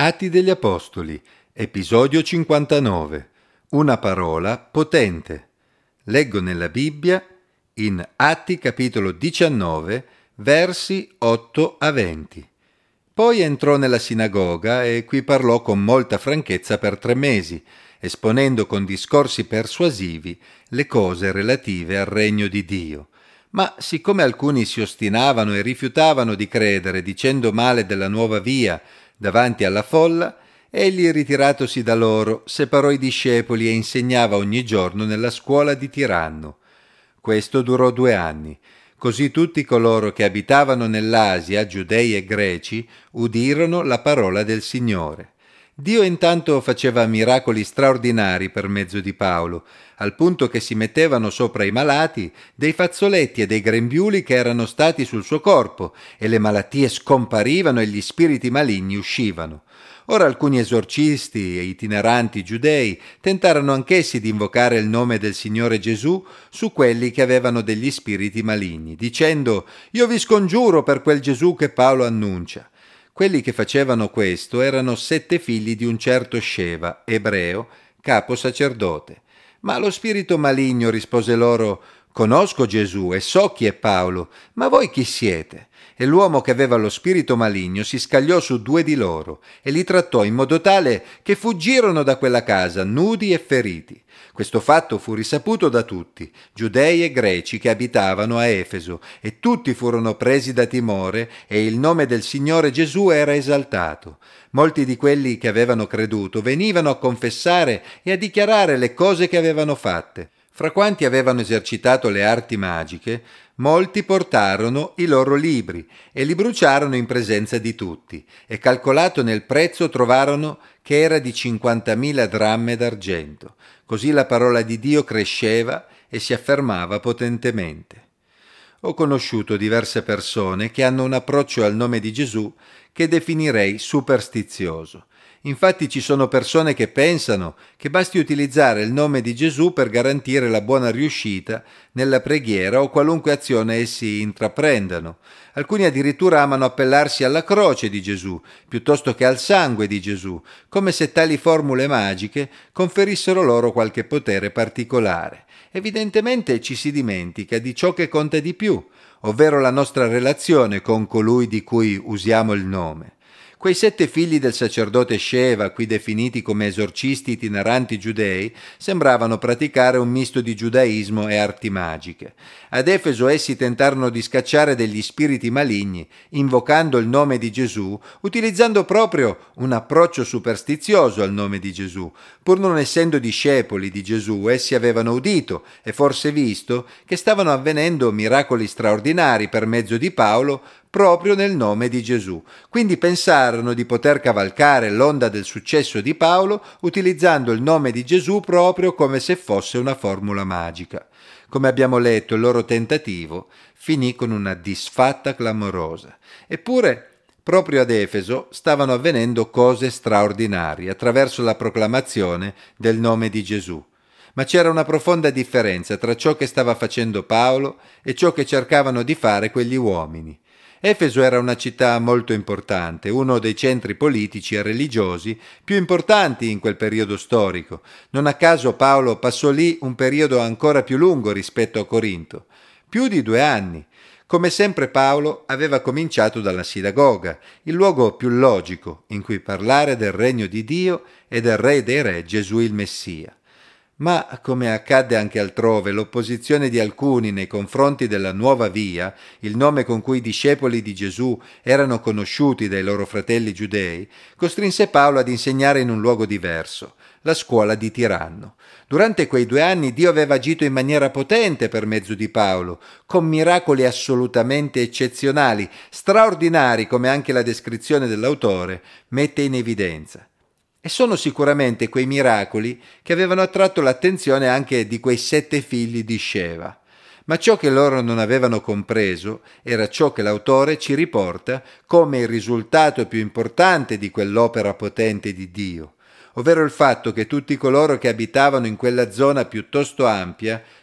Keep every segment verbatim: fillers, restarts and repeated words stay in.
Atti degli Apostoli, episodio cinquantanove. Una parola potente. Leggo nella Bibbia in Atti capitolo diciannove, versi otto a venti. Poi entrò nella sinagoga e qui parlò con molta franchezza per tre mesi, esponendo con discorsi persuasivi le cose relative al regno di Dio. Ma siccome alcuni si ostinavano e rifiutavano di credere, dicendo male della nuova via davanti alla folla, egli, ritiratosi da loro, separò i discepoli e insegnava ogni giorno nella scuola di Tiranno. Questo durò due anni. Così tutti coloro che abitavano nell'Asia, giudei e greci, udirono la parola del Signore. Dio intanto faceva miracoli straordinari per mezzo di Paolo, al punto che si mettevano sopra i malati dei fazzoletti e dei grembiuli che erano stati sul suo corpo, e le malattie scomparivano e gli spiriti maligni uscivano. Ora alcuni esorcisti e itineranti giudei tentarono anch'essi di invocare il nome del Signore Gesù su quelli che avevano degli spiriti maligni, dicendo: «Io vi scongiuro per quel Gesù che Paolo annuncia». Quelli che facevano questo erano sette figli di un certo Sceva, ebreo, capo sacerdote. Ma lo spirito maligno rispose loro: «Conosco Gesù e so chi è Paolo, ma voi chi siete?» E l'uomo che aveva lo spirito maligno si scagliò su due di loro e li trattò in modo tale che fuggirono da quella casa nudi e feriti. Questo fatto fu risaputo da tutti, giudei e greci che abitavano a Efeso, e tutti furono presi da timore e il nome del Signore Gesù era esaltato. Molti di quelli che avevano creduto venivano a confessare e a dichiarare le cose che avevano fatte. Fra quanti avevano esercitato le arti magiche, molti portarono i loro libri e li bruciarono in presenza di tutti, e calcolato nel prezzo trovarono che era di cinquantamila dramme d'argento. Così la parola di Dio cresceva e si affermava potentemente. Ho conosciuto diverse persone che hanno un approccio al nome di Gesù che definirei superstizioso. Infatti ci sono persone che pensano che basti utilizzare il nome di Gesù per garantire la buona riuscita nella preghiera o qualunque azione essi intraprendano. Alcuni addirittura amano appellarsi alla croce di Gesù piuttosto che al sangue di Gesù, come se tali formule magiche conferissero loro qualche potere particolare. Evidentemente ci si dimentica di ciò che conta di più, ovvero la nostra relazione con colui di cui usiamo il nome. Quei sette figli del sacerdote Sceva, qui definiti come esorcisti itineranti giudei, sembravano praticare un misto di giudaismo e arti magiche. Ad Efeso essi tentarono di scacciare degli spiriti maligni, invocando il nome di Gesù, utilizzando proprio un approccio superstizioso al nome di Gesù. Pur non essendo discepoli di Gesù, essi avevano udito e forse visto che stavano avvenendo miracoli straordinari per mezzo di Paolo, proprio nel nome di Gesù. Quindi pensarono di poter cavalcare l'onda del successo di Paolo utilizzando il nome di Gesù proprio come se fosse una formula magica. Come abbiamo letto, il loro tentativo finì con una disfatta clamorosa. Eppure, proprio ad Efeso stavano avvenendo cose straordinarie attraverso la proclamazione del nome di Gesù. Ma c'era una profonda differenza tra ciò che stava facendo Paolo e ciò che cercavano di fare quegli uomini. Efeso era una città molto importante, uno dei centri politici e religiosi più importanti in quel periodo storico. Non a caso Paolo passò lì un periodo ancora più lungo rispetto a Corinto, più di due anni. Come sempre Paolo aveva cominciato dalla sinagoga, il luogo più logico in cui parlare del regno di Dio e del Re dei Re, Gesù il Messia. Ma, come accadde anche altrove, l'opposizione di alcuni nei confronti della nuova via, il nome con cui i discepoli di Gesù erano conosciuti dai loro fratelli giudei, costrinse Paolo ad insegnare in un luogo diverso, la scuola di Tiranno. Durante quei due anni Dio aveva agito in maniera potente per mezzo di Paolo, con miracoli assolutamente eccezionali, straordinari, come anche la descrizione dell'autore mette in evidenza. E sono sicuramente quei miracoli che avevano attratto l'attenzione anche di quei sette figli di Sceva. Ma ciò che loro non avevano compreso era ciò che l'autore ci riporta come il risultato più importante di quell'opera potente di Dio, ovvero il fatto che tutti coloro che abitavano in quella zona piuttosto ampia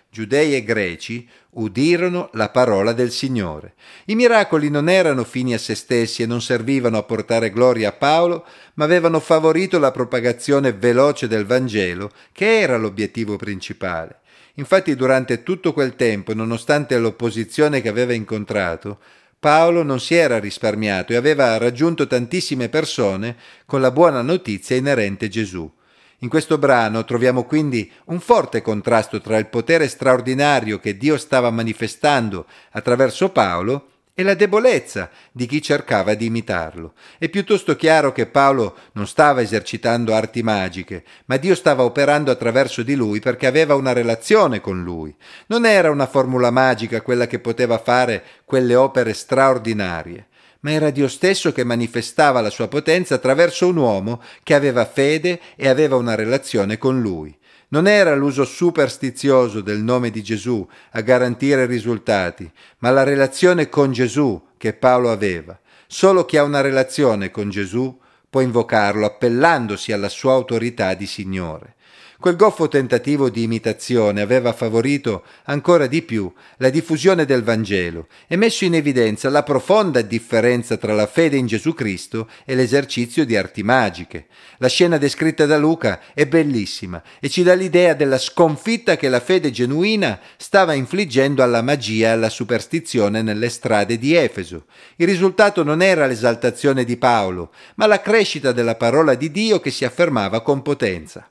giudei e greci, udirono la parola del Signore. I miracoli non erano fini a se stessi e non servivano a portare gloria a Paolo, ma avevano favorito la propagazione veloce del Vangelo, che era l'obiettivo principale. Infatti, durante tutto quel tempo, nonostante l'opposizione che aveva incontrato, Paolo non si era risparmiato e aveva raggiunto tantissime persone con la buona notizia inerente Gesù. In questo brano troviamo quindi un forte contrasto tra il potere straordinario che Dio stava manifestando attraverso Paolo e la debolezza di chi cercava di imitarlo. È piuttosto chiaro che Paolo non stava esercitando arti magiche, ma Dio stava operando attraverso di lui perché aveva una relazione con lui. Non era una formula magica quella che poteva fare quelle opere straordinarie, ma era Dio stesso che manifestava la sua potenza attraverso un uomo che aveva fede e aveva una relazione con lui. Non era l'uso superstizioso del nome di Gesù a garantire risultati, ma la relazione con Gesù che Paolo aveva. Solo chi ha una relazione con Gesù può invocarlo appellandosi alla sua autorità di Signore. Quel goffo tentativo di imitazione aveva favorito ancora di più la diffusione del Vangelo e messo in evidenza la profonda differenza tra la fede in Gesù Cristo e l'esercizio di arti magiche. La scena descritta da Luca è bellissima e ci dà l'idea della sconfitta che la fede genuina stava infliggendo alla magia e alla superstizione nelle strade di Efeso. Il risultato non era l'esaltazione di Paolo, ma la crescita della parola di Dio che si affermava con potenza.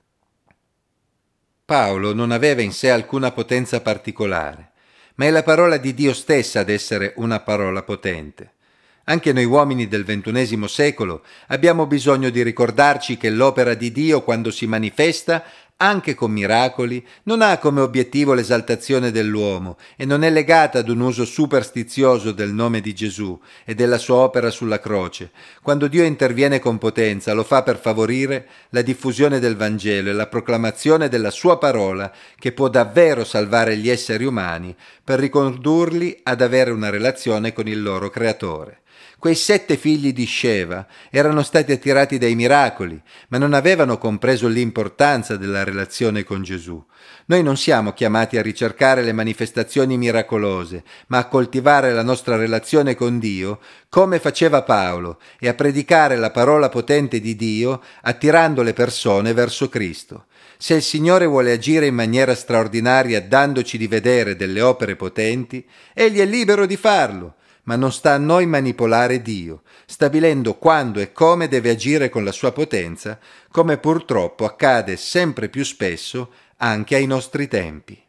Paolo non aveva in sé alcuna potenza particolare, ma è la parola di Dio stessa ad essere una parola potente. Anche noi uomini del ventunesimo secolo abbiamo bisogno di ricordarci che l'opera di Dio, quando si manifesta, anche con miracoli, non ha come obiettivo l'esaltazione dell'uomo e non è legata ad un uso superstizioso del nome di Gesù e della sua opera sulla croce. Quando Dio interviene con potenza, lo fa per favorire la diffusione del Vangelo e la proclamazione della sua parola, che può davvero salvare gli esseri umani per ricondurli ad avere una relazione con il loro Creatore. Quei sette figli di Sceva erano stati attirati dai miracoli, ma non avevano compreso l'importanza della relazione con Gesù. Noi non siamo chiamati a ricercare le manifestazioni miracolose, ma a coltivare la nostra relazione con Dio, come faceva Paolo, e a predicare la parola potente di Dio, attirando le persone verso Cristo. Se il Signore vuole agire in maniera straordinaria dandoci di vedere delle opere potenti, Egli è libero di farlo. Ma non sta a noi manipolare Dio, stabilendo quando e come deve agire con la sua potenza, come purtroppo accade sempre più spesso anche ai nostri tempi.